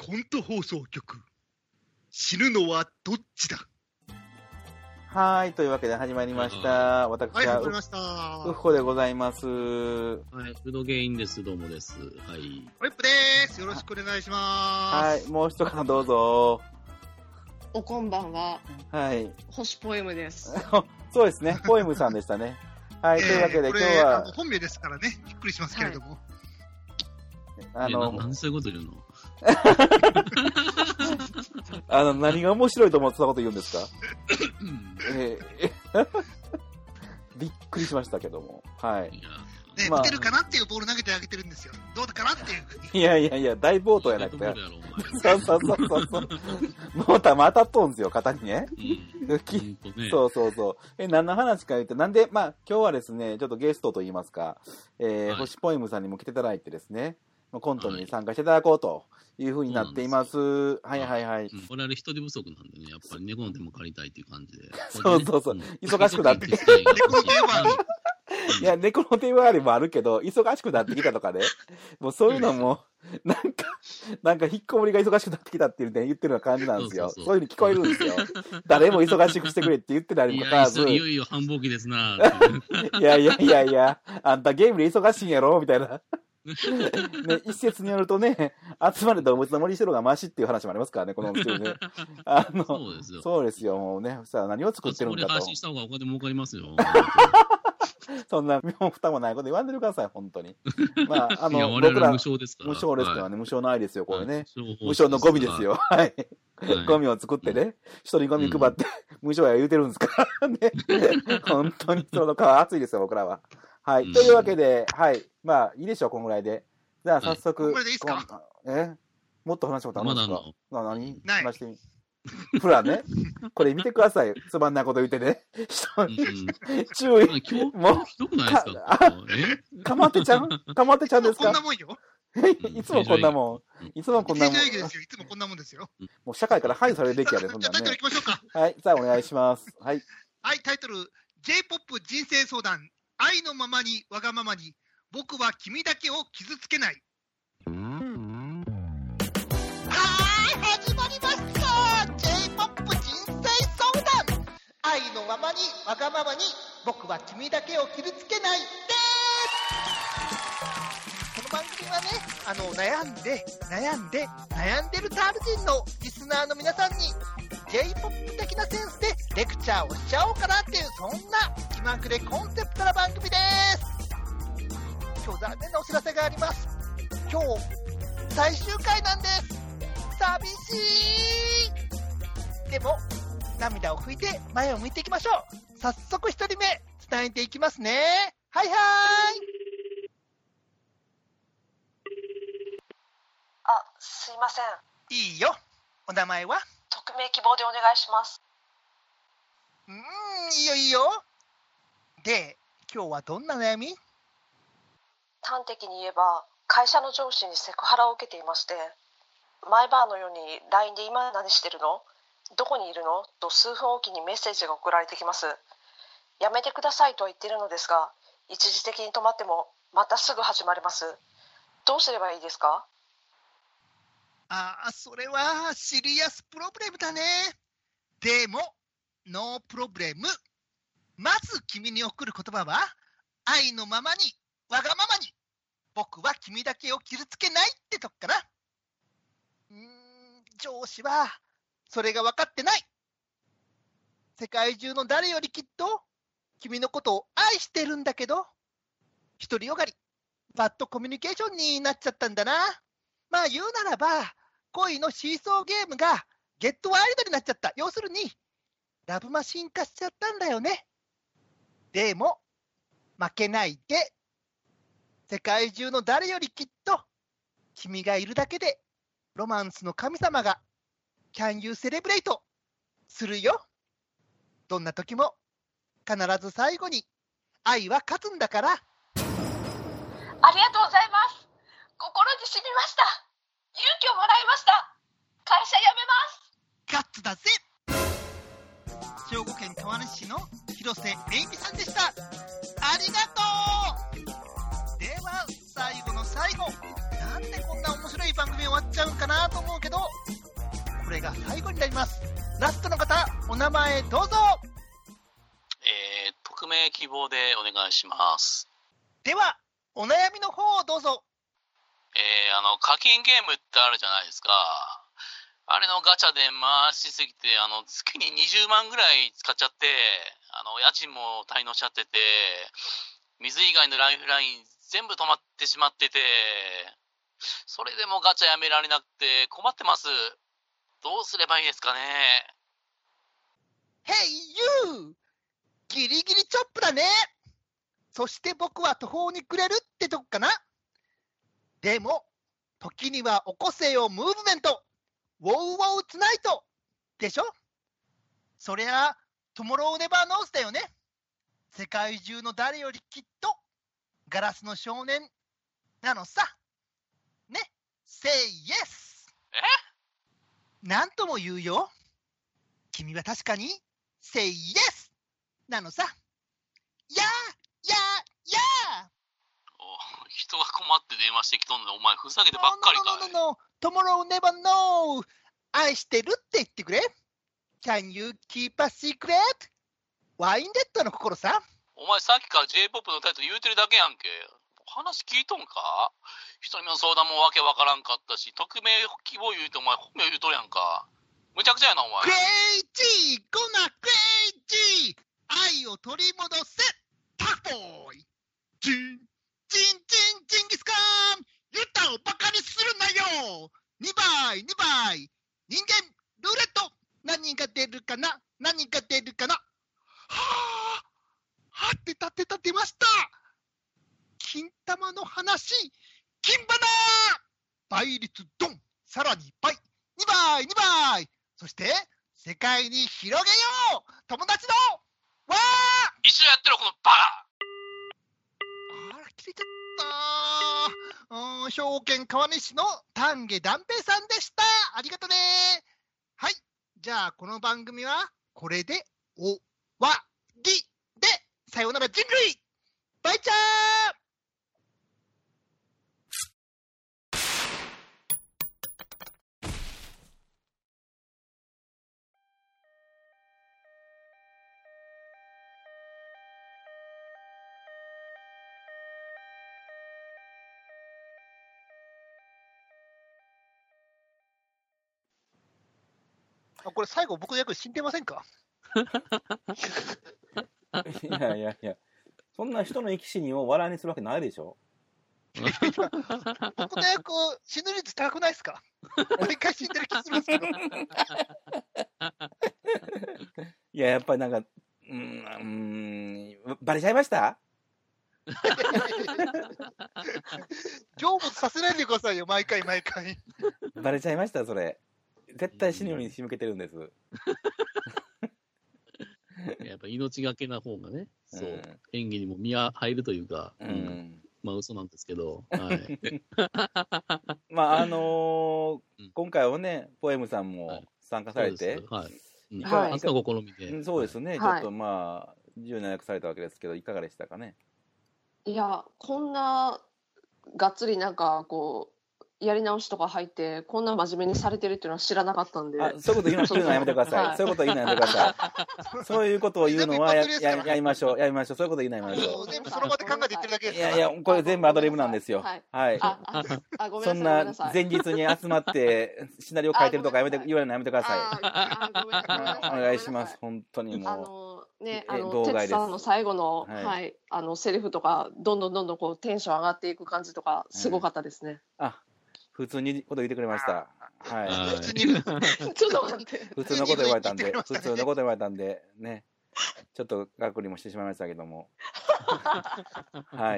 本当放送局、死ぬのはどっちだ。 はい、というわけで始まりました。私はい、 は始まりました。 ウッホでございます。 はい、フードゲインです。どうもです。はい。 ホイップです。よろしくお願いします。 はい、もう一方どうぞ。 おこんばんは。 はい。 星ポエムです。 そうですね、ポエムさんでしたね。はい、というわけで今日は本名ですからね、びっくりしますけれども。 なんでそういうこと言うの何が面白いと思ってそんなこと言うんですかびっくりしましたけども。はい。 ね、打てるかなっていうボール投げてあげてるんですよ。どうかなっていう。 いや、大暴投やなくて。そう。もう球当たっとんすよ、肩にね。そう。何の話か言って、なんで、今日はですね、ちょっとゲストと言いますか、星ポエムさんにも来ていただいてですね、コントに参加していただこうという風になっています。はい。 我々人手不足なんでね、やっぱり猫の手も借りたいっていう感じで。 そう。忙しくなってきて。猫の手はある。いや、猫の手割りもあるけど、忙しくなってきたとかね。もうそういうのも、なんか引っこもりが忙しくなってきたって言ってるような感じなんですよ。そういう風に聞こえるんですよ。誰も忙しくしてくれって言ってないにもかかわらず。 いよいよ繁忙期ですな。 いや、あんたゲームで忙しいんやろみたいな。ね、一説によるとね、集まる動物の森してる方がマシっていう話もありますからね、このお店ね。そうですよ、もうね、さあ何を作ってるんだと。 そこで配信した方がお金儲かりますよ。 そんな身も蓋もないこと言わんでください、本当に。 我々無償ですから。 無償ですからね、無償の愛ですよ、これね。無償のゴミですよ。はい。ゴミを作ってね、人にゴミ配って、無償や言うてるんですからね。本当にその顔熱いですよ、僕らは。はい。というわけで、はい。いいでしょう、このぐらいで。じゃあ、早速。 これでいいですか？ もっと話したことあるんですか？ 何？ 話してみ。プラね。これ見てください。つまんないこと言ってね。注意。 もう、ひどくないですか？ かまってちゃんですか？ こんなもんよ。 いつもこんなもん。いつもこんなもん。 いつもこんなもんですよ。 もう社会から排除されるべきやで、そんなね。 タイトルいきましょうか。 はい。さあ、お願いします。はい。 はい、タイトル、J-POP 人生相談。愛のままにわがままに僕は君だけを傷つけない。始まりました J-POP 人生相談。愛のままにわがままに僕は君だけを傷つけないです。この番組はね、悩んでるタール人のリスナーの皆さんに J-POP 的なセンスでレクチャーをしちゃおうかなっていう、そんな気まぐれコンセプトな番組です。今日残念なお知らせがあります。今日最終回なんです。寂しい。でも涙を拭いて前を向いていきましょう。早速一人目伝えていきますね。はい。 すいません。 いいよ。お名前は？ 匿名希望でお願いします。 いいよ。で、今日はどんな悩み？ 端的に言えば、会社の上司にセクハラを受けていまして、毎晩のように LINE で今何してるの？どこにいるの？と数分おきにメッセージが送られてきます。やめてくださいとは言ってるのですが、一時的に止まってもまたすぐ始まります。どうすればいいですか？ それはシリアスプロブレムだね。でもノープロブレム。まず君に送る言葉は、愛のままにわがままに僕は君だけを傷つけないってとこかな。上司はそれが分かってない。世界中の誰よりきっと君のことを愛してるんだけど、独りよがり、バッドコミュニケーションになっちゃったんだな。言うならば、恋のシーソーゲームがゲットワイルドになっちゃった。要するにラブマシン化しちゃったんだよね。でも負けないで。世界中の誰よりきっと君がいるだけでロマンスの神様が Can you celebrate するよ。どんな時も必ず最後に愛は勝つんだから。 ありがとうございます。心に染みました。勇気をもらいました。会社辞めます。 ガッツだぜ。兵庫県川西市の広瀬えいみさんでした。ありがとう。では最後の最後、ななんでこんな面白い番組終わっちゃうんかなと思うけど、これが最後になります。ラストの方、お名前どうぞ。 匿名希望でお願いします。 では、お悩みの方をどうぞ。 課金ゲームってあるじゃないですか。あれのガチャで回しすぎて、月に20万ぐらい使っちゃって、家賃も滞納しちゃってて、水以外のライフライン全部止まってしまってて、それでもガチャやめられなくて困ってます。どうすればいいですかね。 Hey you! ギリギリチョップだね。そして僕は途方に暮れるってとこかな。でも、時には起こせよムーブメント。ウォウウォウツナイトでしょ。そりゃ、トモローネバーノースだよね。世界中の誰よりきっと、ガラスの少年なのさ。ね、Say yes! なんとも言うよ。君は確かに Say yes! なのさ。やーやーやー。 人が困って電話してきとんの、お前ふざけてばっかりかい。 トモローネバーノー。愛してるって言ってくれ。Can you keep a secret? ワインレッドの心さ。 お前さっきから J-POP のタイトル言うてるだけやんけ。話聞いとんか。人の相談もわけわからんかったし、匿名希望言うてお前本名言うとるやんか。むちゃくちゃやなお前。 クレイジーゴナクレイジー。愛を取り戻せタフボーイ。ジンジンギスカン。ユタをバカにするなよ。2倍人間ルーレット。何が出るかな。はあ出ました。金玉の話。金花倍率ドン。さらに倍。2倍。そして世界に広げよう。友達のわー。 一緒やってろこのバカ。 あら切れちゃった。証券川西の丹下段平さんでした。ありがとね。はい、じゃあこの番組はこれで終わりで、さようなら人類。バイチャー。これ最後僕の役死んでませんか。 いや、そんな人の生き死にを笑いにするわけないでしょ。 僕の役死ぬ率高くないですか。毎回死んでる気するんですけど。 いや、やっぱりなんかバレちゃいました。 成仏させないでくださいよ、毎回バレちゃいました。それ絶対死ぬように仕向けてるんです。 やっぱ命がけな方がね、そう、演技にも身が入るというか、まあ嘘なんですけど、はい。 まあ今回はね、ポエムさんも参加されて、 はい。初の試みで。 そうですね、ちょっとまあ自由な役されたわけですけど、いかがでしたかね。 いや、こんながっつりなんかこうやり直しとか入ってこんな真面目にされてるっていうのは知らなかったんで。 そういうこと言うのはやめてください。そういうこと言うのやめてください。そういうことを言うのはやりましょう。そういうこと言うのやめましょう。 全部その場で考えて言ってるだけですから。 いやこれ全部アドリブなんですよ。はい。そんな前日に集まってシナリオ書いてるとか言われるのやめてください。お願いします。本当にもう。 ね、哲さんの最後の、セリフとかどんどんこうテンション上がっていく感じとかすごかったですね。 普通にこと言ってくれました。はい。 ちょっと待って。 普通のこと言われたんで、ね。ちょっとがっくりもしてしまいましたけども。はい。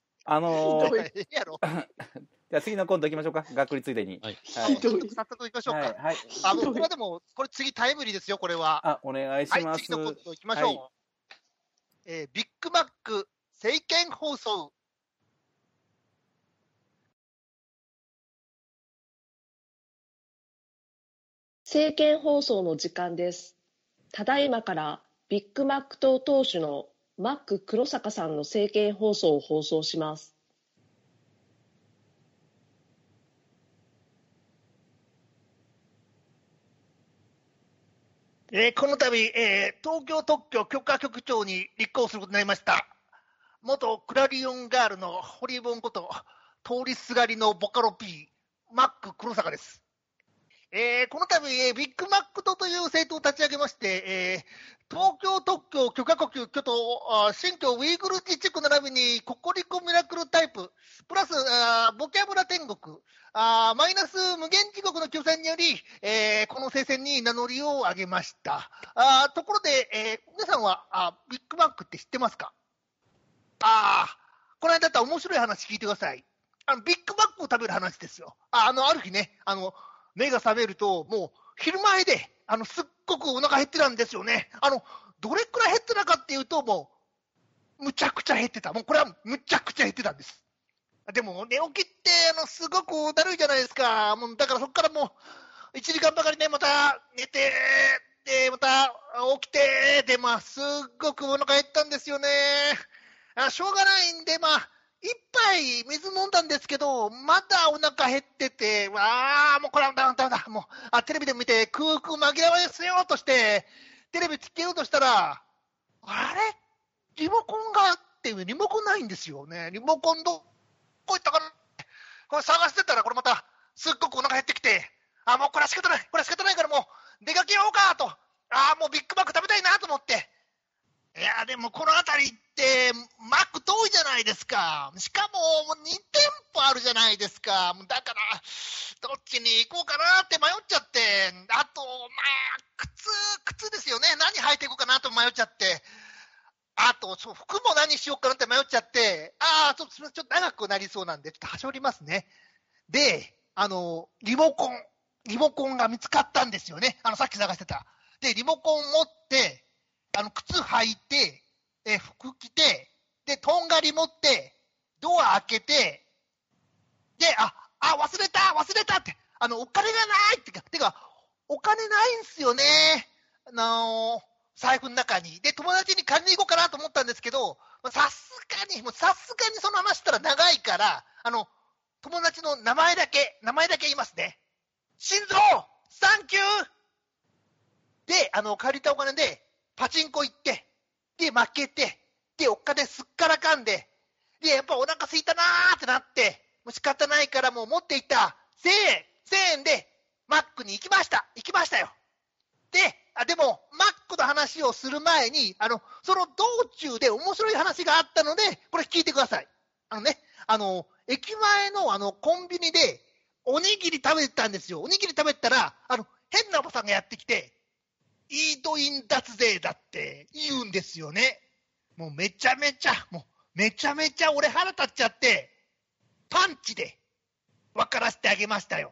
じゃあ次のコント行きましょうか。がっくりついでに。 早速行きましょうか。これはでもこれ次タイムリーですよ。これは。 お願いします。 次のコント行きましょう。ビッグマック政見放送。 政見放送の時間です。ただいまからビッグマック党党首のマック黒坂さんの政見放送を放送します。 この度、東京特許許可局長に立候補することになりました。元クラリオンガールのホリボンこと、通りすがりのボカロ P、マック黒坂です。この度、ビッグマックという政党を立ち上げまして、東京特許許可局許と新疆ウイグル自治区並びにココリコミラクルタイプ、プラスボキャブラ天国、マイナス無限地獄の救済により、この聖戦に名乗りを上げました。ところで、皆さんはビッグマックって知ってますか？この間だったら面白い話聞いてください。ビッグマックを食べる話ですよ。ある日ね、目が覚めると、もう昼前で、すっごくお腹減ってたんですよね。どれくらい減ってたかっていうと、もう、むちゃくちゃ減ってた。もうこれはむちゃくちゃ減ってたんです。でも、寝起きって、すごくだるいじゃないですか。もうだからそこからもう、1時間ばかりね、また寝て、で、また起きて、で、すっごくお腹減ったんですよね。しょうがないんで、一杯水飲んだんですけど、まだお腹減ってて、もうこれはダメだ。もう、テレビで見て空腹紛らわせようとして、テレビつけようとしたら、あれリモコンがあって、リモコンないんですよね。リモコンどこ行ったかな、これ探してたら、これまた、すっごくお腹減ってきて、もうこれは仕方ないからもう、出かけようかと。もうビッグマック食べたいなと思って。いや、でもこの辺りって、マック遠いじゃないですか。しかも、2店舗あるじゃないですか。だから、どっちに行こうかなって迷っちゃって、あと、靴ですよね。何履いていこうかなと迷っちゃって、あと、服も何しようかなって迷っちゃって、ちょっと長くなりそうなんで、ちょっと端折りますね。で、リモコンが見つかったんですよね。さっき探してた。で、リモコン持って、靴履いて、服着て、で、とんがり持って、ドア開けて、で、忘れたって、お金がないってか、お金ないんすよね。財布の中に。で、友達に借りに行こうかなと思ったんですけど、さすがにその話したら長いから、友達の名前だけ言いますね。心臓サンキューで、借りたお金で、パチンコ行って、で、負けて、で、お金すっからかんで、で、やっぱお腹空いたなーってなって、もう仕方ないからもう持っていった1000円で、マックに行きましたよ。でも、マックの話をする前に、その道中で面白い話があったので、これ聞いてください。駅前のコンビニで、おにぎり食べてたんですよ。おにぎり食べてたら、変なおばさんがやってきて、イートイン脱税だって言うんですよね。もうめちゃめちゃ俺腹立っちゃって、パンチで分からせてあげましたよ。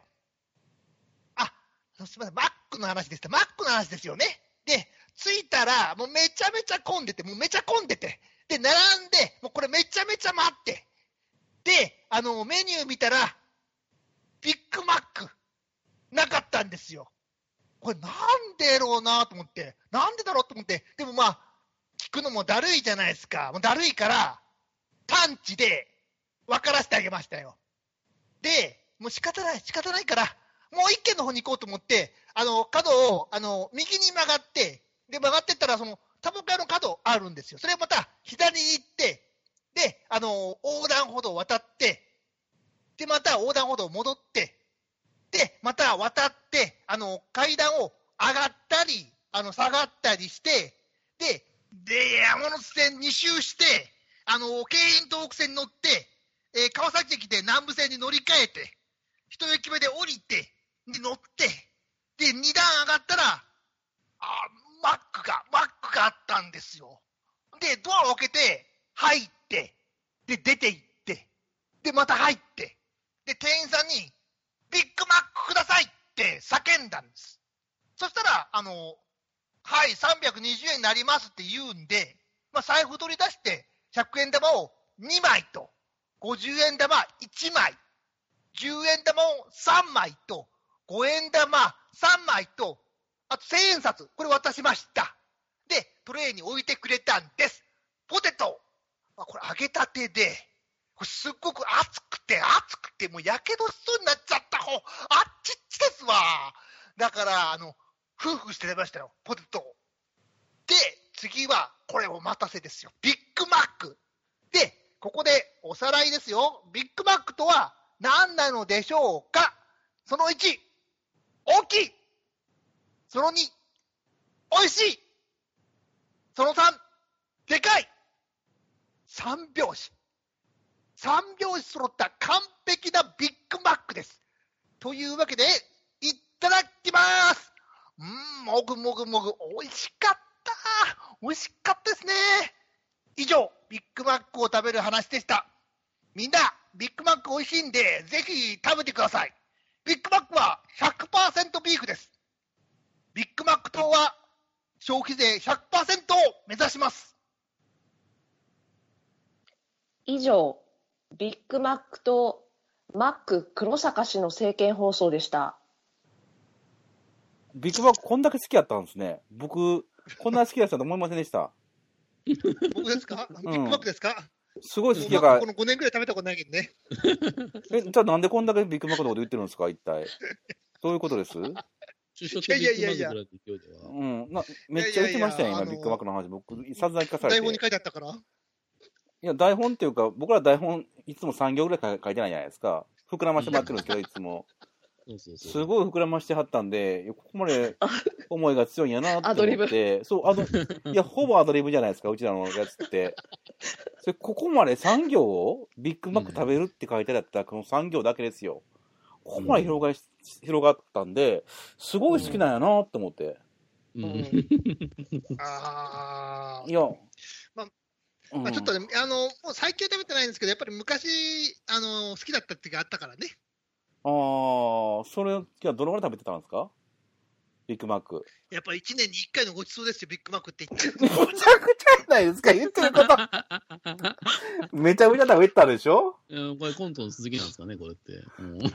すみません、マックの話ですよね。で、着いたら、もうめちゃめちゃ混んでて、で、並んで、もうこれめちゃめちゃ待って、で、メニュー見たら、ビッグマック、なかったんですよ。これなんでだろうなと思って、でも聞くのもだるいじゃないですか。もうだるいから、パンチで分からせてあげましたよ。で、もう仕方ないから、もう一軒の方に行こうと思って、角を、右に曲がって、で、曲がってったら、タバコ屋の角あるんですよ。それまた、左に行って、で、横断歩道を渡って、で、また横断歩道戻って、で、また渡って、階段を上がったり、下がったりして、で、山手線2周して、京浜東北線に乗って、川崎駅で南武線に乗り換えて、一駅目で降りて、で、乗って、で、2段上がったら、マックがあったんですよ。で、ドアを開けて、入って、で、出て行って、で、また入って、で、店員さんに、ビッグマックくださいって叫んだんです。そしたら、はい、320円になりますって言うんで、財布取り出して、100円玉を2枚と、50円玉1枚、10円玉を3枚と、5円玉3枚と、あと1000円札、これ渡しました。で、トレーに置いてくれたんです。ポテト、これ揚げたてで、これすっごく熱くて、もうやけどしそうになっちゃった方、あっちっちですわ。だから、 夫婦して出ましたよ、ポテトを。で、次は、これお待たせですよ。ビッグマック。で、ここでおさらいですよ。ビッグマックとは何なのでしょうか？その1、大きい。その2、美味しい。その3、でかい。3拍子。3拍子揃った完璧なビッグマックです。というわけで、いただきます。もぐもぐもぐ、美味しかった。美味しかったですね。以上、ビッグマックを食べる話でした。みんな、ビッグマック美味しいんで、ぜひ食べてください。ビッグマックは 100% ビーフです。ビッグマック党は消費税 100% を目指します。 以上、ビッグマックとマック黒坂氏の政見放送でした。 ビッグマックこんだけ好きやったんですね。僕、こんな好きだったと思いませんでした。 僕ですか？ビッグマックですか？ すごい好きやから。 この5年くらい食べたことないけどね。 じゃあなんでこんだけビッグマックのこと言ってるんですか、一体。そういうことです？ いやいや。 うん。めっちゃ言ってましたよ、今、ビッグマックの話。僕、さず聞かされて。 台本に書いてあったから？いや、台本っていうか、僕ら台本、いつも3行ぐらい書いてないじゃないですか。膨らましてもらってるんですけど、いつも。すごい膨らましてはったんで、ここまで思いが強いんやなって思って、そう、いや、ほぼアドリブじゃないですか、うちらのやつって。ここまで3行をビッグマック食べるって書いてあったら、この3行だけですよ。ここまで広がったんで、すごい好きなんやなって思って。いや、 まあ、ちょっとね、もう最近食べてないんですけど、やっぱり昔、好きだったっていうかあったからね。 それ、じゃあどのぐらい食べてたんですか？ビッグマック。 やっぱ1年に1回のごちそうですよ、ビッグマックって言って。 めちゃくちゃじゃないですか、言ってること。めちゃくちゃ食べてたでしょ？ これコントの続きなんですかね、これって。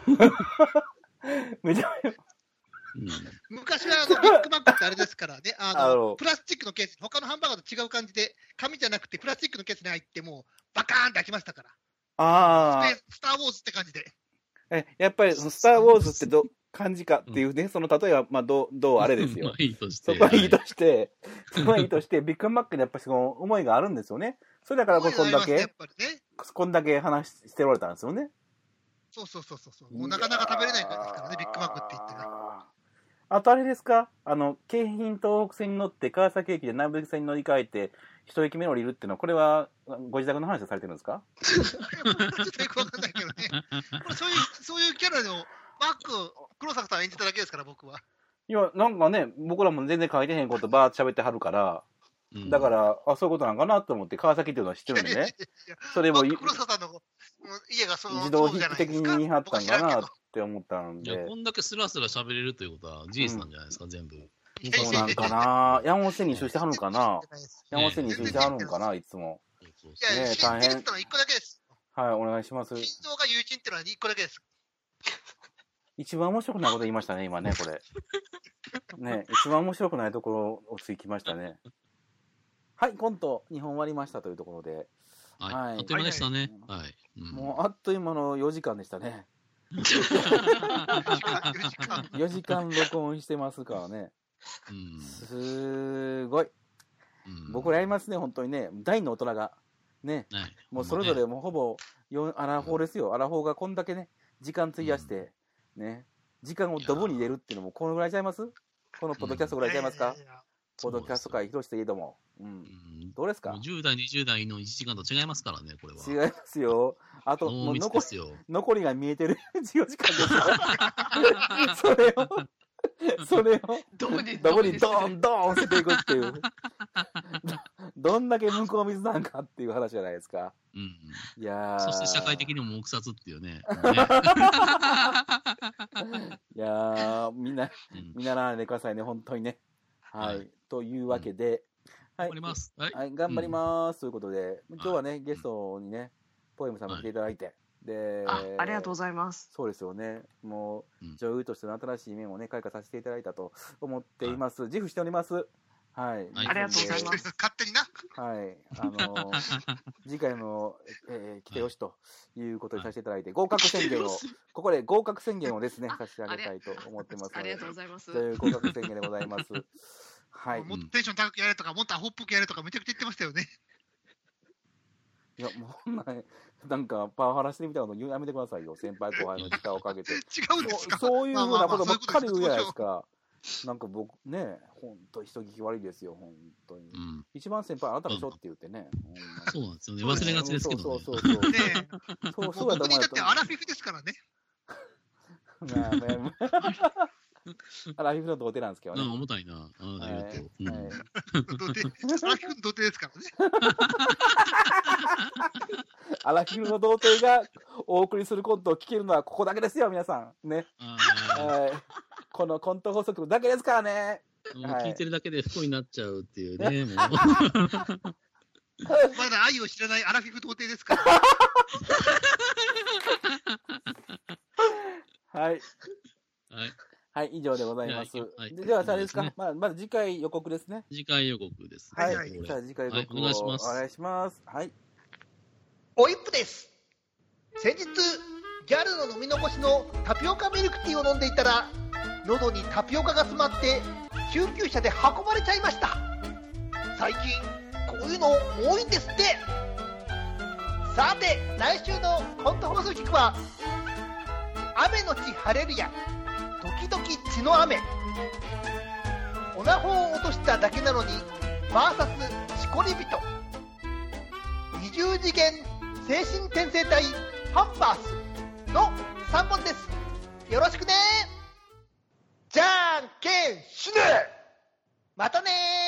めちゃめちゃ。 昔はビッグマックってあれですからね、プラスチックのケース、他のハンバーガーと違う感じで、紙じゃなくてプラスチックのケースに入って、もうバカーンって開きましたから。スター・ウォーズって感じで。 やっぱりスター・ウォーズって感じかっていうね、その例えば、まあ、どうあれですよ。そこはいいとして、ビッグマックにやっぱりその思いがあるんですよね。それだからこんだけ、こんだけ話しておられたんですよね。 そう。もうなかなか食べれないんですからね、ビッグマックって言ったら。 あとあれですか、京浜東北線に乗って川崎駅で南武線に乗り換えて一駅目降りるっていうのは、これはご自宅の話をされてるんですか？ ちょっとよくわかんないけどね。これそういうキャラのマック黒坂さん演じただけですから、僕は。 いや、なんかね、僕らも全然書いてへんことバーッと喋ってはるから、だから、そういうことなんかなと思って、川崎っていうのは知ってるんでね。それも黒坂さんの家が自動的に言い張ったんかなって思ったんで。 いや、こんだけスラスラ喋れるということは事実なんじゃないですか、全部。 そうなんかな。山本線に一周してはるんかな。山本線に一周してはるんかな、いつも。 いや、大変。ってのは1個だけです。 はい、お願いします。 心臓が友人ってのは1個だけです。 一番面白くないこと言いましたね、今ね、これ。ね、一番面白くないところをついきましたね。はい、コント2本終わりましたというところで。 はい。あっという間でしたね。はい。 もうあっという間の4時間でしたね。4時間録音してますからね。すごい。僕らやりますね、本当にね。大の大人が。ね。もうそれぞれもうほぼアラフォーですよ。アラフォーがこんだけね、時間費やして、ね。時間をドブに入れるっていうのもこのぐらいちゃいます？このポッドキャストぐらいちゃいますか？ポッドキャスト界広しといえども。どうですか ？10代、20代の1時間と違いますからね、これは。 違いますよ。あと、もう残りが見えてる4時間ですよ。それを、どこにドーン捨てていくっていう。どんだけ向こう水なんかっていう話じゃないですか。いやそして社会的にも黙殺っていうね。 いやみんな習わないでくださいね、本当にね。はい。というわけで、 頑張ります。 はい、頑張ります。ということで、今日はね、ゲストにね、ポエムさんも来ていただいて、で、 ありがとうございます。 そうですよね。もう、女優としての新しい面をね、開花させていただいたと思っています。自負しております。 はい。 ありがとうございます。 勝手にな。 はい。次回も、来てよしということにさせていただいて、合格宣言を、ここで合格宣言をですね、させてあげたいと思ってますので。 ありがとうございます。 という合格宣言でございます。はい。 もっとテンション高くやれとか、もっとアホっぽくやれとか、めちゃくちゃ言ってましたよね。 いや、もうなんか、パワハラしてみたいなことやめてくださいよ。先輩後輩の時間をかけて。 違うんですか？ そういうふうなことばっかり言うじゃないですか。なんか僕ね、本当人聞き悪いですよ、本当に。一番先輩あなたでしょって言ってね。 そうなんですよね。忘れがちですけどね。 そう。僕にだってアラフィフですからね。 アラフィフの童貞なんですけどね。 重たいな。 アラフィフの童貞ですからね。 アラフィフの童貞がお送りするコントを聞けるのはここだけですよ、皆さん。ね。このコント放送局だけですからね。 聞いてるだけで不幸になっちゃうっていうね。まだ愛を知らないアラフィフ童貞ですから。 はい。はい、以上でございます。では、あれですか、まず次回予告ですね。 次回予告です。 はい。じゃあ次回予告をお願いします。はい。 おいっぷです。先日、ギャルの飲み残しのタピオカミルクティーを飲んでいたら、喉にタピオカが詰まって救急車で運ばれちゃいました。最近こういうの多いんですって。さて来週のコント放送局は雨のち晴れるや時々血の雨、オナホを落としただけなのに VS しこり人、二重次元精神転生体パンパースの3本です。よろしくね。じゃんけんしね。またねー。